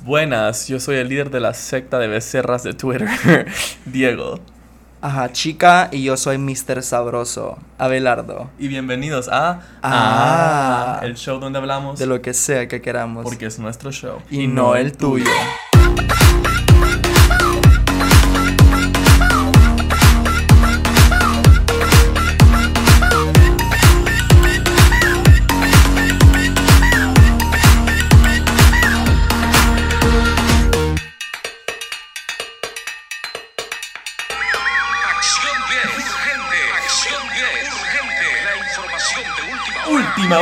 Buenas, yo soy el líder de la secta de becerras de Twitter, Diego. Ajá, chica, y yo soy Mr. Sabroso, Abelardo. Y bienvenidos a el show donde hablamos de lo que sea que queramos. porque es nuestro show y no el tuyo. Última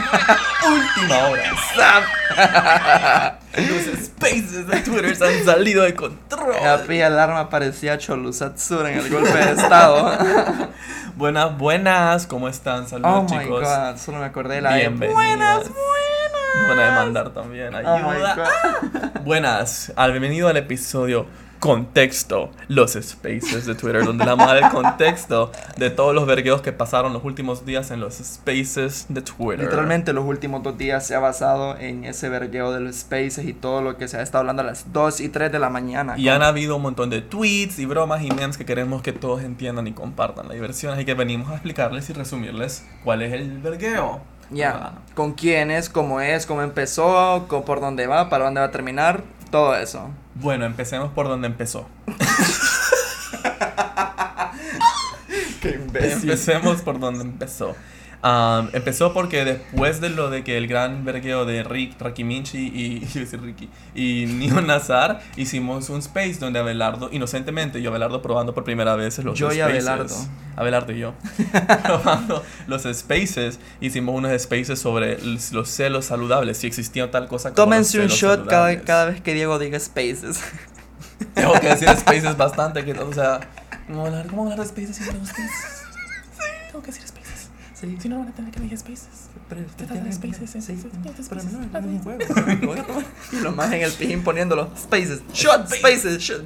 hora. Los spaces de Twitter se han salido de control. La pilla alarma parecía Cholusatsura en el golpe de estado. Buenas, ¿cómo están? Saludos, chicos. Oh my god, solo me acordé de la Bienvenidas. Buenas. Me van a demandar también, ayuda. Oh my god. Buenas, bienvenido al episodio Contexto, los spaces de Twitter, donde le damos el contexto de todos los vergueos que pasaron los últimos días en los spaces de Twitter. Literalmente los últimos 2 días se ha basado en ese vergueo de los spaces y todo lo que se ha estado hablando a las 2 y 3 de la mañana. Y han habido un montón de tweets y bromas y memes que queremos que todos entiendan y compartan la diversión, así que venimos a explicarles y resumirles cuál es el vergueo. Ya, con quién es, cómo empezó, por dónde va, para dónde va a terminar, todo eso. Bueno, empecemos por donde empezó. Qué imbécil. Empecemos por donde empezó. Empezó porque después de lo de que el gran vergueo de Ricky Minchi y Nio Nazar, hicimos un space donde Abelardo, inocentemente, Abelardo probando por primera vez los yo spaces. y Abelardo y yo. Probando los spaces, hicimos unos spaces sobre los celos saludables, si existía tal cosa como Tómense un los celos shot saludables. cada vez que Diego diga spaces. Tengo que decir spaces bastante, que, o sea, ¿cómo hablar de spaces si no tengo spaces? Sí. Tengo que decir spaces. Sí. Si no, van a tener que elegir spaces. Pero ¿Qué tal de spaces? Sí, Pero no es un juego. Y lo más en el pijín poniéndolo. Spaces. Shot, spaces, shot.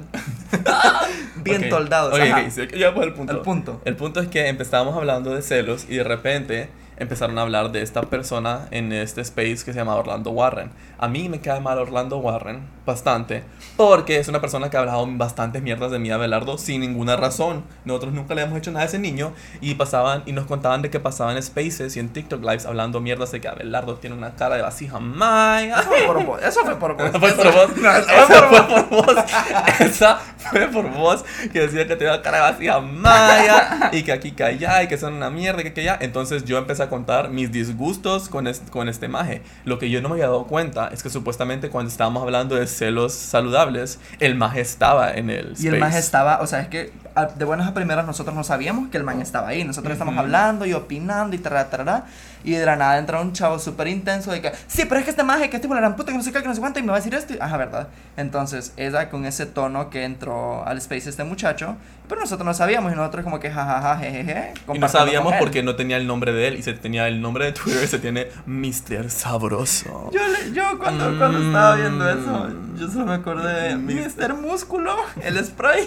Bien Okay. toldados. Ok, sí, ya fue el punto. El punto. El punto es que empezábamos hablando de celos y de repente empezaron a hablar de esta persona en este space que se llama Orlando Warren. A mí me cae mal Orlando Warren bastante porque es una persona que ha hablado bastantes mierdas de mí a Abelardo sin ninguna razón. Nosotros nunca le hemos hecho nada a ese niño y pasaban y nos contaban de que pasaban spaces y en TikTok lives hablando mierdas de que Abelardo tiene una cara de vasija maya. Eso fue por vos. Esa fue por vos. Esa fue por vos. Esa fue por vos. Que decía que tenía cara de vasija maya y que aquí que allá y que son una mierda y que allá. Entonces yo empecé a contar mis disgustos con este maje. Lo que yo no me había dado cuenta es que supuestamente cuando estábamos hablando de celos saludables, el maje estaba en el space. Y el maje estaba, o sea, es que de buenas a primeras nosotros no sabíamos que el maje estaba ahí. Nosotros estamos hablando y opinando y tarará. Y de la nada entra un chavo súper intenso de que, sí, pero es que este maje, que este tipo la gran puta, que no sé qué, que no sé cuánto, y me va a decir esto. Ajá, ¿verdad? Entonces, era con ese tono que entró al space este muchacho. Pero nosotros no sabíamos y nosotros como que jajaja, jejeje. Y no sabíamos porque no tenía el nombre de él y se tenía el nombre de Twitter, se tiene Mr. Sabroso. Yo cuando estaba viendo eso, yo solo me acordé de Mr. Músculo, el spray.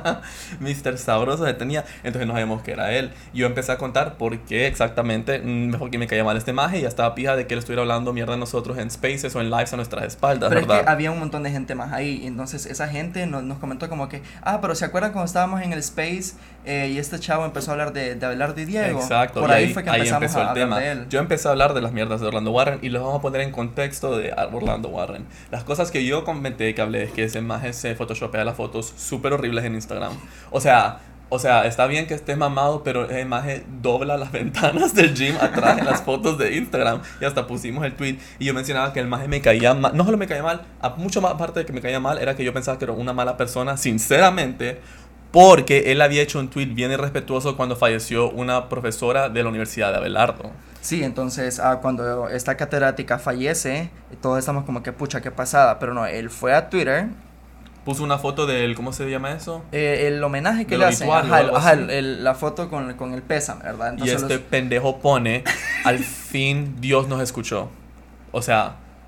Mr. Sabroso se tenía, entonces no sabíamos que era él. Yo empecé a contar por qué exactamente, mejor que me caía mal este maje y ya estaba pija de que él estuviera hablando mierda a nosotros en spaces o en lives a nuestras espaldas, pero ¿verdad? Es que había un montón de gente más ahí, y entonces esa gente nos comentó como que, pero ¿se acuerdan cuando estábamos en el space y este chavo empezó a hablar de Abelardo y Diego? Exacto, por y ahí fue que empezamos empezó a el hablar tema. de él. Yo empecé a hablar de las mierdas de Orlando Warren y los vamos a poner en contexto de Orlando Warren. Las cosas que yo comenté, que hablé, es que ese maje se photoshopea las fotos súper horribles en Instagram. O sea, está bien que esté mamado, pero el maje dobla las ventanas del gym atrás en las fotos de Instagram. Y hasta pusimos el tweet. Y yo mencionaba que el maje me caía mal. No solo me caía mal, mucho más aparte de que me caía mal, era que yo pensaba que era una mala persona, sinceramente. Porque él había hecho un tweet bien irrespetuoso cuando falleció una profesora de la Universidad de Abelardo. Sí, entonces cuando esta catedrática fallece, todos estamos como que pucha, qué pasada. Pero no, él fue a Twitter. Puso una foto del, ¿cómo se llama eso? El homenaje que Del le hacen. obituario, La foto con el pésame, ¿verdad? Y Entonces pendejo pone, al fin Dios nos escuchó. O sea,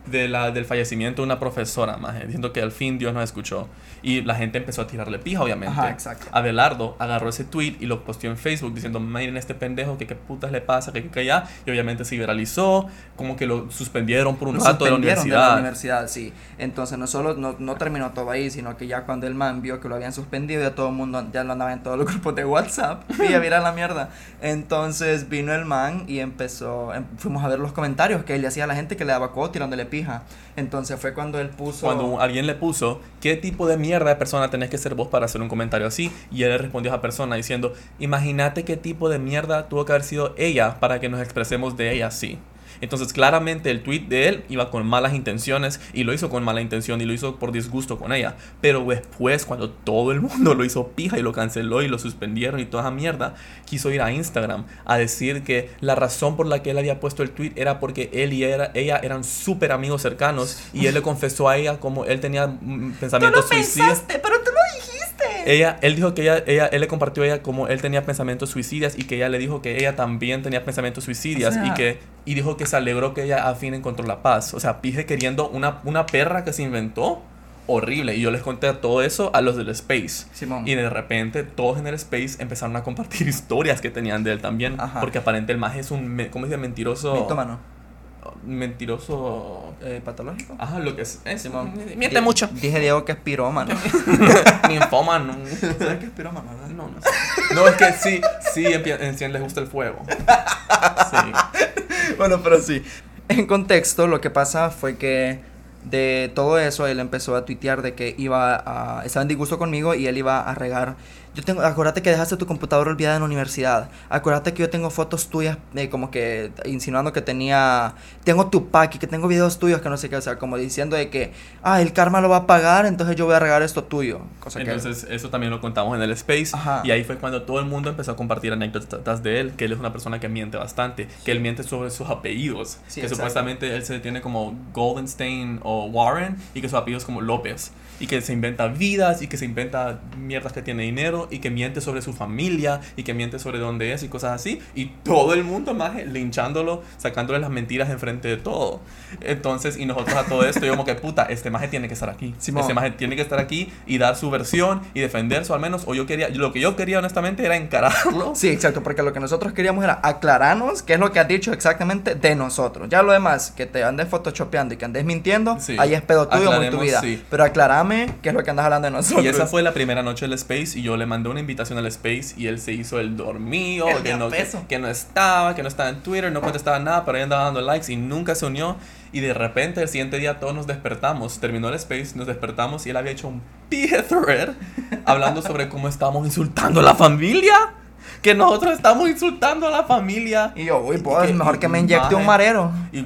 del fallecimiento de una profesora, maje, diciendo que al fin Dios nos escuchó. Y la gente empezó a tirarle pija, obviamente. Ajá, exacto. Abelardo agarró ese tweet y lo posteó en Facebook diciendo, miren este pendejo, que qué putas le pasa, que allá. Y obviamente se viralizó, como que lo suspendieron por un rato de la universidad. Sí. Entonces no terminó todo ahí, sino que ya cuando el man vio que lo habían suspendido, ya todo el mundo ya lo andaba en todos los grupos de WhatsApp y ya viera la mierda. Entonces vino el man y fuimos a ver los comentarios que él le hacía a la gente que le daba codo tirándole pija. Entonces fue cuando él puso... Cuando alguien le puso, ¿qué tipo de mierda de persona tenés que ser vos para hacer un comentario así? Y él le respondió a esa persona diciendo, imagínate qué tipo de mierda tuvo que haber sido ella para que nos expresemos de ella así. Entonces claramente el tweet de él iba con malas intenciones y lo hizo con mala intención y lo hizo por disgusto con ella. Pero después, cuando todo el mundo lo hizo pija y lo canceló y lo suspendieron y toda esa mierda, quiso ir a Instagram a decir que la razón por la que él había puesto el tweet era porque él y ella eran súper amigos cercanos y él le confesó a ella como él tenía pensamientos suicidas. Tú lo pensaste, pero tú lo dijiste. Él dijo que él le compartió a ella como él tenía pensamientos suicidas y que ella le dijo que ella también tenía pensamientos suicidas, o sea, y dijo que se alegró que ella al fin encontró la paz. O sea, pije queriendo una perra que se inventó horrible. Y yo les conté todo eso a los del Space. Simón. Y de repente todos en el Space empezaron a compartir historias que tenían de él también. Ajá. Porque aparentemente el maje es un, ¿cómo se dice? Mentiroso. Mitómano. Mentiroso. Patológico. Ajá, lo que es. Miente mucho. Dije Diego que es pirómano. Ninfómano. ¿Sabes qué es pirómano, verdad? No sé. No, es que sí, en sí les gusta el fuego. Sí. Bueno, pero sí. En contexto, lo que pasa fue que de todo eso él empezó a tuitear de que estaba en disgusto conmigo y él iba a regar. Acuérdate que dejaste tu computadora olvidada en la universidad. Acuérdate que yo tengo fotos tuyas como que insinuando que tengo Tupac y que tengo videos tuyos que no sé qué, o sea, como diciendo de que el karma lo va a pagar, entonces yo voy a regar esto tuyo. Entonces eso también lo contamos en el Space. Ajá. Y ahí fue cuando todo el mundo empezó a compartir anécdotas de él, que él es una persona que miente bastante, que él miente sobre sus apellidos, sí, que exacto. Supuestamente él se tiene como Goldenstein o Warren y que su apellido es como López, y que se inventa vidas y que se inventa mierdas que tiene dinero y que miente sobre su familia y que miente sobre dónde es y cosas así, y todo el mundo más linchándolo, sacándole las mentiras enfrente de todo. Entonces, y nosotros a todo esto, yo como que puta, este maje tiene que estar aquí. Simón. Este maje tiene que estar aquí y dar su versión y defenderse, o al menos, lo que yo quería honestamente era encararlo. Sí, exacto, porque lo que nosotros queríamos era aclararnos qué es lo que has dicho exactamente de nosotros. Ya lo demás, que te andes photoshopeando y que andes mintiendo, sí, ahí es pedo tuyo en tu vida. Sí. Pero aclarame qué es lo que andas hablando de nosotros. Y esa fue la primera noche del Space y yo le mandé una invitación al Space y él se hizo el dormido, que no estaba en Twitter, no contestaba nada, pero ahí andaba dando likes y nunca se unió. Y de repente el siguiente día todos nos despertamos, terminó el Space, nos despertamos y él había hecho un thread hablando sobre cómo estábamos insultando a la familia. Que nosotros estamos insultando a la familia. Y yo, uy, pues mejor que me inyecte un marero. Y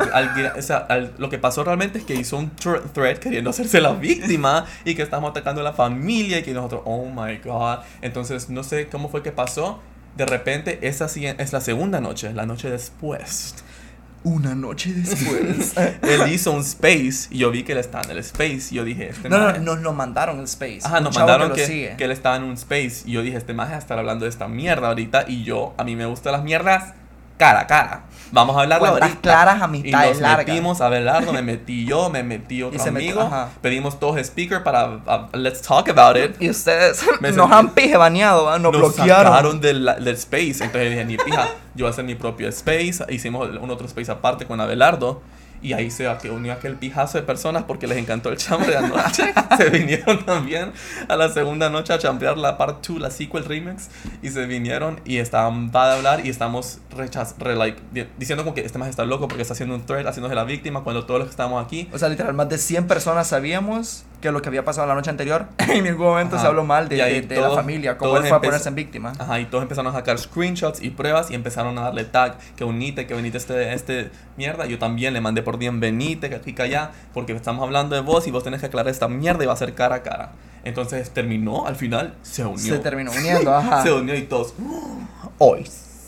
lo que pasó realmente es que hizo un thread queriendo hacerse la víctima y que estamos atacando a la familia y que nosotros, oh my god. Entonces, no sé cómo fue que pasó. De repente, esa es la segunda noche, la noche después. Una noche después. Él hizo un Space y yo vi que él estaba en el Space y yo dije, No, nos lo mandaron el Space. Ajá, nos mandaron que él estaba en un Space y yo dije, este maje va a estar hablando de esta mierda ahorita y a mí me gustan las mierdas cara a cara. Vamos a hablar ahorita. Claras amistades largas. Y nos metimos a hablar, me metí otro amigo. Pedimos todos speaker para let's talk about it. Y ustedes nos han pije baneado, nos bloquearon. Nos sacaron del Space. Entonces dije, ni pija, yo voy a hacer mi propio Space. Hicimos un otro Space aparte con Abelardo. Y ahí se unió aquel pijazo de personas porque les encantó el chambre de anoche. Se vinieron también a la segunda noche a chambear la part 2, la sequel remix. Y se vinieron y estaban para hablar y estamos diciendo como que este más está loco porque está haciendo un thread, haciéndose la víctima cuando todos los que estábamos aquí. O sea, literal, más de 100 personas sabíamos que lo que había pasado la noche anterior, en ningún momento se habló mal de la familia, cómo él fue a ponerse en víctima. Ajá, y todos empezaron a sacar screenshots y pruebas y empezaron a darle tag, que unite este mierda. Yo también le mandé por bienvenite, que aquí, que allá, porque estamos hablando de vos y vos tenés que aclarar esta mierda y va a ser cara a cara. Entonces terminó, al final se unió. Se terminó uniendo, ajá. Se unió y todos, hoy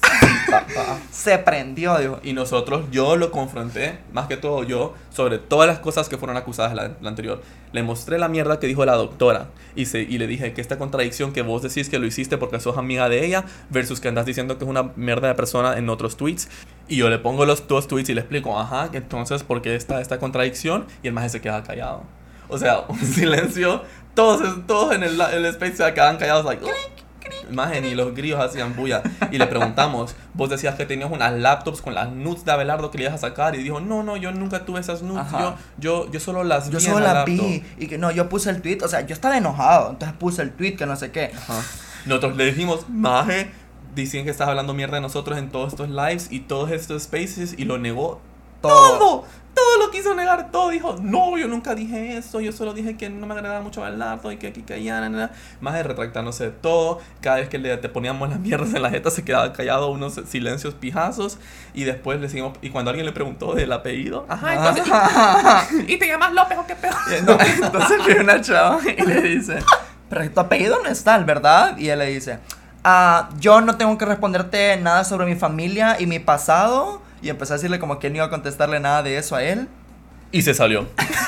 Se prendió, dijo. Y nosotros, yo lo confronté, más que todo yo, sobre todas las cosas que fueron acusadas la anterior. Le mostré la mierda que dijo la doctora y le dije que esta contradicción que vos decís que lo hiciste porque sos amiga de ella versus que andas diciendo que es una mierda de persona en otros tweets. Y yo le pongo los dos tweets y le explico, ajá, que entonces ¿por qué está esta contradicción? Y el maje se queda callado. O sea, un silencio, todos en el space se quedaban callados, like, imagen, y los grillos hacían bulla. Y le preguntamos, vos decías que tenías unas laptops con las nudes de Abelardo que le ibas a sacar. Y dijo, no, yo nunca tuve esas nudes. Yo solo las vi. Yo solo las vi. Y que no, yo puse el tweet. O sea, yo estaba enojado. Entonces puse el tweet que no sé qué. Ajá. Nosotros le dijimos, maje, dicen que estás hablando mierda de nosotros en todos estos lives y todos estos spaces. Y lo negó todo lo quiso negar, todo dijo, no, yo nunca dije eso, yo solo dije que no me agradaba mucho Abelardo y que aquí caían, más de retractándose de todo. Cada vez que te poníamos las mierdas en la jeta se quedaba callado, unos silencios pijazos, y después le seguimos, y cuando alguien le preguntó del apellido, entonces, ¿y te llamas López o qué pedo? No, entonces viene una chava y le dice, pero tu apellido no es tal, ¿verdad? Y él le dice, yo no tengo que responderte nada sobre mi familia y mi pasado. Y empecé a decirle como que no iba a contestarle nada de eso a él. Y se salió.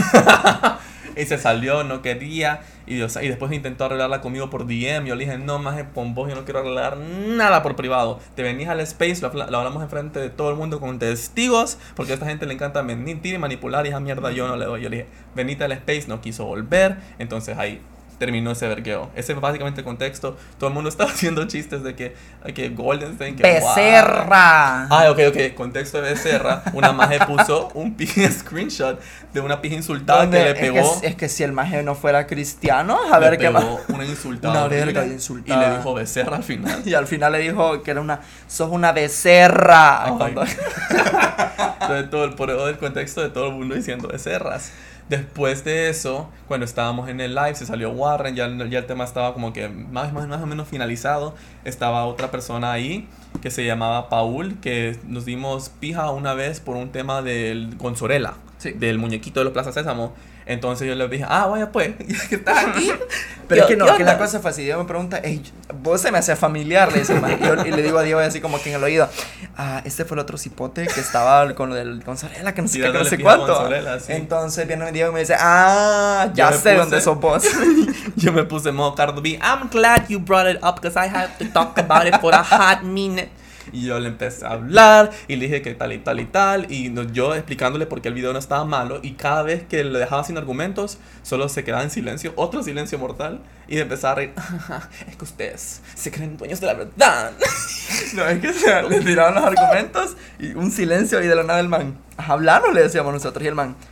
Y se salió, no quería. Y después intentó arreglarla conmigo por DM. Yo le dije, no, maje, con vos yo no quiero arreglar nada por privado. Te venís al space, lo hablamos enfrente de todo el mundo con testigos. Porque a esta gente le encanta mentir y manipular. Y esa mierda yo no le doy. Yo le dije, venite al space, no quiso volver. Entonces ahí terminó ese vergueo. Ese es básicamente el contexto. Todo el mundo estaba haciendo chistes de que Goldenstein, que Becerra. Wow. Ok. Contexto de Becerra. Una maje puso un screenshot de una pija insultada que le pegó. Es que si el maje no fuera cristiano, a ver qué más. Una insultada. Una verga insultada. Y le dijo Becerra al final. Y al final le dijo que era sos una becerra. Entonces por el contexto de todo el mundo diciendo becerras. Después de eso, cuando estábamos en el live, se salió Warren, ya el tema estaba como que más o menos finalizado. Estaba otra persona ahí que se llamaba Paul, que nos dimos pija una vez por un tema con Sorella, sí, del muñequito de los Plaza Sésamo. Entonces yo le dije, vaya pues, ya que estás aquí. Pero es que no, que la cosa fue así. Diego me pregunta, vos se me hace familiar, le dice, y le digo a Diego así como que en el oído, este fue el otro cipote que estaba con Sorella, que no sé qué, que no sé cuánto. Sorella, sí. Entonces viene Diego y me dice, ya sé dónde sos vos. Yo me puse en modo Cardo B, I'm glad you brought it up because I have to talk about it for a hot minute. Y yo le empecé a hablar y le dije que tal y tal y tal. Y yo explicándole por qué el video no estaba malo. Y cada vez que le dejaba sin argumentos, solo se quedaba en silencio. Otro silencio mortal. Y empezaba a reír. Es que ustedes se creen dueños de la verdad. No, es que le tiraban los argumentos y un silencio. Y de la nada el man, hablaron, le decíamos nosotros. Y el man,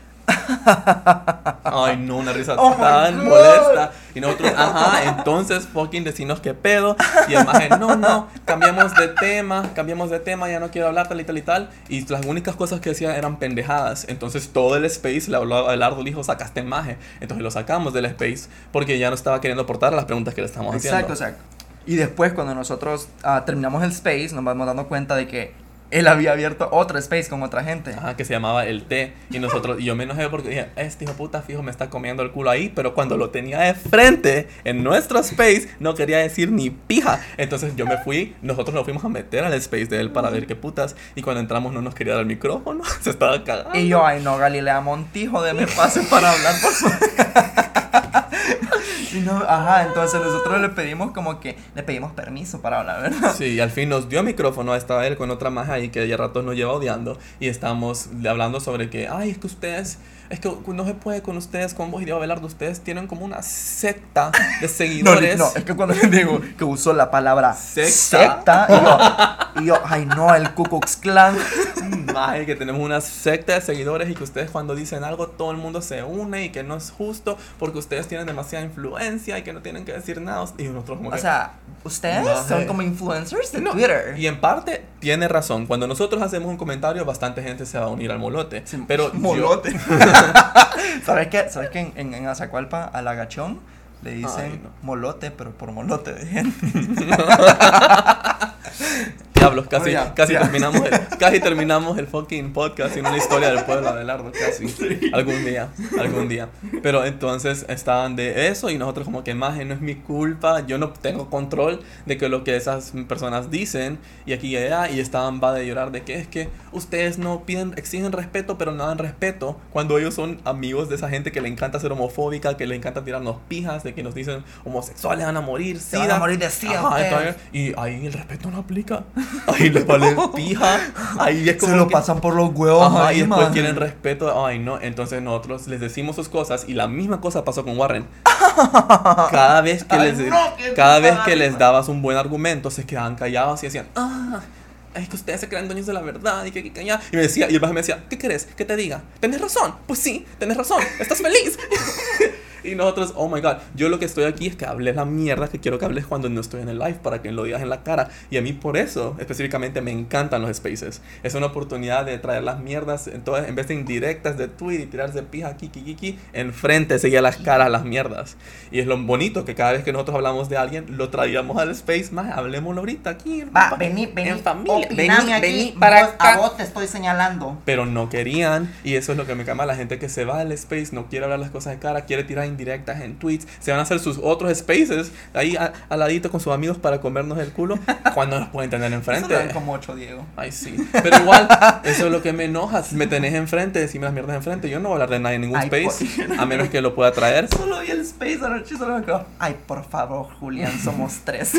ay no, una risa tan molesta. Y nosotros, entonces fucking decinos qué pedo. Y el maje, no, cambiamos de tema, ya no quiero hablar tal y tal y tal. Y las únicas cosas que decían eran pendejadas. Entonces todo el space le habló a Abelardo, le dijo, sacaste el maje. Entonces lo sacamos del space porque ya no estaba queriendo aportar a las preguntas que le estábamos haciendo. Exacto. Y después cuando nosotros terminamos el space, nos vamos dando cuenta de que él había abierto otro space con otra gente. Que se llamaba El Té. Y yo me enojé porque dije, este hijo de puta fijo me está comiendo el culo ahí. Pero cuando lo tenía de frente en nuestro space, no quería decir ni pija. Entonces nosotros nos fuimos a meter al space de él para ver qué putas. Y cuando entramos no nos quería dar el micrófono. Se estaba cagando. Y yo, ay no, Galilea Montijo, deme pase para hablar, por favor. Y no, entonces nosotros le pedimos permiso para hablar, ¿verdad? Sí, y al fin nos dio micrófono. Estaba él con otra maja ahí que ya ratos nos lleva odiando. Y estamos hablando sobre que, es que ustedes, es que no se puede con ustedes, con vos y Diego Abelardo. Ustedes tienen como una secta de seguidores. No, es que cuando le digo que usó la palabra secta y yo, ay no, el Ku Klux Klan. Maje, que tenemos una secta de seguidores y que ustedes cuando dicen algo todo el mundo se une y que no es justo porque ustedes tienen demasiada influencia y que no tienen que decir nada. Y nosotros como ustedes son como influencers de Twitter. Y en parte tiene razón. Cuando nosotros hacemos un comentario, bastante gente se va a unir al molote. Sí, pero molote. ¿Sabes qué en Azacualpa al agachón le dicen molote, pero por molote de gente? Diablos, casi, Bueno, ya, casi ya. casi terminamos el fucking podcast en una historia del pueblo de Abelardo, casi. Algún día. Pero entonces estaban de eso y nosotros como que maje, no es mi culpa, yo no tengo control de que lo que esas personas dicen y aquí y allá, y estaban va de llorar de que es que ustedes no exigen respeto pero no dan respeto cuando ellos son amigos de esa gente que le encanta ser homofóbica, que le encanta tirarnos pijas, de que nos dicen homosexuales van a morir, Se van a morir de sida. Ajá, entonces, y ahí el respeto no aplica. Ahí les vale pija. Ahí es como Se lo que- pasan por los huevos. Ajá, ahí, y después man. quieren respeto. Ay, no. Entonces nosotros les decimos sus cosas y la misma cosa pasó con Warren. Cada vez que Ay, les no, qué cada vez que mal. les dabas un buen argumento, se quedaban callados y decían, es que ustedes se creen dueños de la verdad y que ya. Y me decía, y el maje me decía, ¿qué querés? ¿Que te diga? ¿Tenés razón? Pues sí, tenés razón. ¿Estás feliz? Y nosotros, oh my god, yo lo que estoy aquí es que hables la mierda que quiero que hables cuando no estoy en el live, para que lo digas en la cara. Y a mí por eso, específicamente, me encantan los spaces. Es una oportunidad de traer las mierdas, entonces, en vez de indirectas de tweet y tirarse pija aquí, enfrente, seguía las caras, las mierdas. Y es lo bonito que cada vez que nosotros hablamos de alguien, lo traíamos al space, más hablemoslo ahorita aquí. Va, vení, en familia. opiname aquí, Vení para vos- acá. A vos te estoy señalando. Pero no querían, y eso es lo que me calma. La gente que se va al space no quiere hablar las cosas de cara, quiere tirar indirectas en tweets, se van a hacer sus otros spaces ahí al ladito con sus amigos para comernos el culo cuando nos pueden tener Eso lo enfrente. ven como 8, Diego. Ay, sí. Pero igual, eso es lo que me enoja. Me tenés enfrente, decime las mierdas enfrente. Yo no voy a hablar de nadie en ningún Ay, space, a menos que lo pueda traer. Solo vi el space anoche y solo me quedo. Ay, por favor, Julián, somos 3.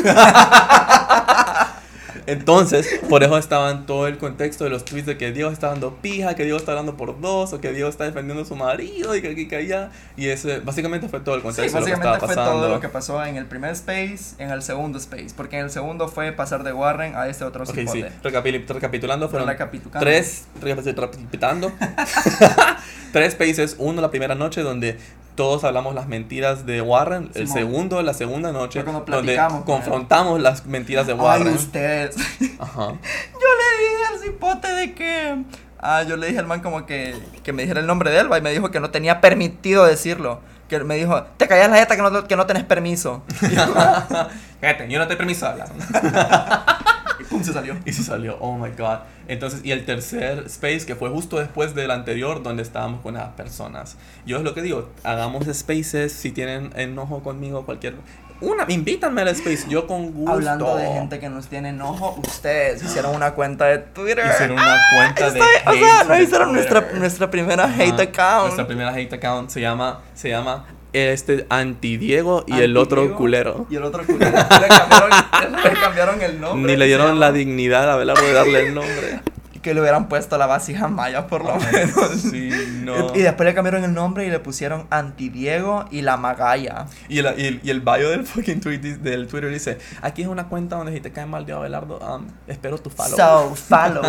Entonces, por eso estaba en todo el contexto de los tweets de que Diego está dando pija, que Diego está hablando por dos, o que Diego está defendiendo a su marido, y que aquí, que allá. Y ese, básicamente fue todo el Sí, contexto de lo que básicamente estaba fue pasando. todo lo que pasó en el primer space, en el segundo space. Porque en el segundo fue pasar de Warren a este otro Ok, sí. cipote. Recapitulando, fueron Recapitulando. recapitulando. 3 spaces. Uno, la primera noche, donde todos hablamos las mentiras de Warren. El Simón. segundo, la segunda noche, Fue cuando donde platicamos con él. confrontamos las mentiras de Ay, Warren. ustedes. Ajá. Yo le dije al cipote de que. Yo le dije al man como que me dijera el nombre de Elba y me dijo que no tenía permitido decirlo. Que me dijo, te callas la jeta que no tenés permiso. Fíjate, yo no te permiso hablar. Y pum, se salió. Y se salió, oh my god. Entonces, y el tercer space, que fue justo después del anterior, donde estábamos con las personas. Yo es lo que digo, hagamos spaces, si tienen enojo conmigo, invítanme al space, yo con gusto. Hablando de gente que nos tiene enojo, ustedes hicieron una cuenta de Twitter. Hicieron una cuenta de O sea, hate no de hicieron Twitter. nuestra primera Ajá. hate account. Nuestra primera hate account se llama Anti-Diego y el otro Anti-Diego culero. Y el otro culero. Le cambiaron el nombre. Ni le Se dieron llama- la dignidad a Abelardo de darle el nombre. Que le hubieran puesto la vasija maya por lo Ay, menos. sí, no. Y después le cambiaron el nombre y le pusieron Anti-Diego y la Magaya. Y el bio del fucking del Twitter dice, aquí es una cuenta donde si te cae mal de Abelardo, espero tu follow. So, follow.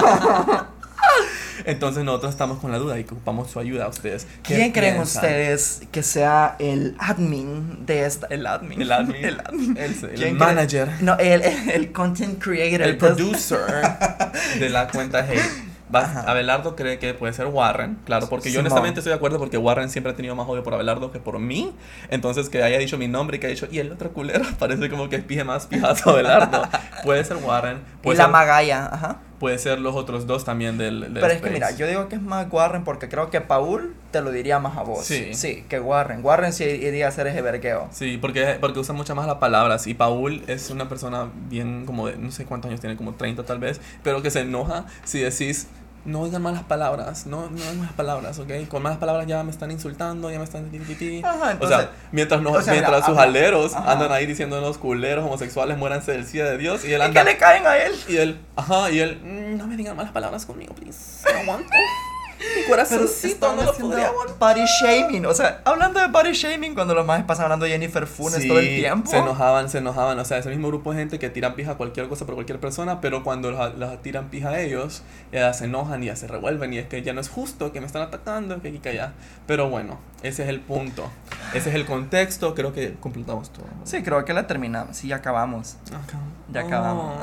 Entonces nosotros estamos con la duda y que ocupamos su ayuda a ustedes. ¿Qué ¿Quién creen piensan? ustedes que sea el admin de esta? El admin. El admin. El admin. El ¿Quién manager. No, el content creator. El Entonces- producer de la cuenta Hate. Ajá. Abelardo cree que puede ser Warren, claro, porque yo Simón. honestamente estoy de acuerdo porque Warren siempre ha tenido más odio por Abelardo que por mí. Entonces que haya dicho mi nombre y que haya dicho, y el otro culero, parece como que pije más pijazo a Abelardo. Puede ser Warren, Y puede la ser, Magaya, ajá. puede ser los otros dos también del Pero es que space. mira, yo digo que es más Warren porque creo que Paul te lo diría más a vos. Sí. Sí, que Warren. Warren sí iría a hacer ese vergueo. Sí, porque usa muchas más las palabras. Y Paul es una persona bien como de, no sé cuántos años tiene, como 30 tal vez, pero que se enoja si decís, no digan malas palabras, no digan malas palabras, ¿ok? Con malas palabras ya me están insultando, ya me están... Ajá, O entonces, sea, mientras o sea, mira, sus ajá, aleros ajá. andan ahí diciendo los culeros homosexuales, muéranse del SIDA de Dios, y él ¿y anda... qué le caen a él? Y él, no me digan malas palabras conmigo, please, no aguanto. Mi corazoncito no lo podría aguantar. body shaming. O sea, hablando de body shaming, cuando los más pasan hablando de Jennifer Funes Sí, todo el tiempo. se enojaban, o sea, ese mismo grupo de gente que tiran pija a cualquier cosa por cualquier persona, pero cuando los tiran pija a ellos, ya se enojan y ya se revuelven y es que ya no es justo, que me están atacando, que aquí, que allá. Pero bueno, ese es el punto, ese es el contexto, creo que completamos todo. Sí, creo que la terminamos. Sí, ya acabamos. Ya acabamos.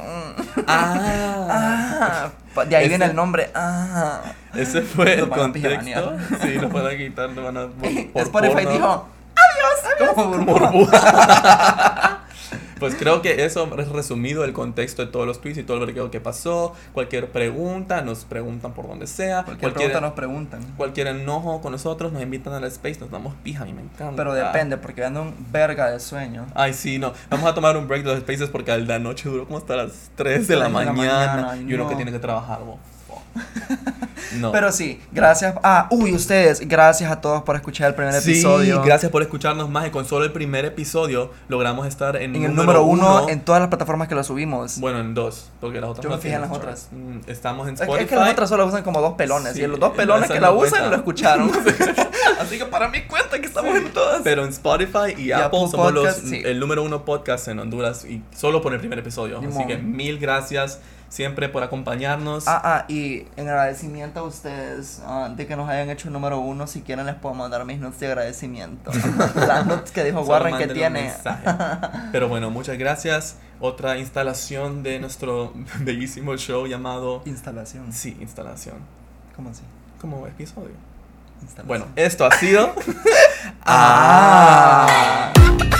Ah. De ahí Ese- viene el nombre. Ah. Ese fue el Nos van a contexto. pijabanear. Sí, lo van a quitar, lo van a por Spotify porno. dijo, adiós. Como burbuja. Burbuja. Pues creo que eso es resumido el contexto de todos los tweets y todo el vergueo que pasó. Cualquier pregunta, nos preguntan por donde sea. Cualquier pregunta nos preguntan. Cualquier enojo con nosotros, nos invitan al space, nos damos pija, a mí me encanta. Pero depende, porque ando un verga de sueño. Ay, sí, no. Vamos a tomar un break de los spaces porque al de anoche duró como hasta las 3 de la mañana. Y uno no. que tiene que trabajar, no. Pero sí, gracias. Ustedes, gracias a todos por escuchar el primer episodio. Sí, gracias por escucharnos más. Y con solo el primer episodio logramos estar en el número uno en todas las plataformas que lo subimos. Bueno, en 2, porque las otras yo no me fijé en las tienen otras. Estamos en Spotify. Es que las otras solo usan como 2 pelones. Sí, y los 2 pelones que la usan cuenta. lo escucharon. Así que para mí cuenta que estamos en todas. Pero en Spotify y Apple somos Podcast, sí. el número 1 podcast en Honduras. Y solo por el primer episodio. Ni Así modo. que mil gracias siempre por acompañarnos. Y en agradecimiento a ustedes de que nos hayan hecho el número 1. Si quieren les puedo mandar mis notes de agradecimiento. Las notes que dijo Solo Warren que mándenle un tiene. mensaje. Pero bueno, muchas gracias. Otra instalación de nuestro bellísimo show llamado... Instalación. Sí, instalación. ¿Cómo así? Como episodio. Instalación. Bueno, esto ha sido... Ah.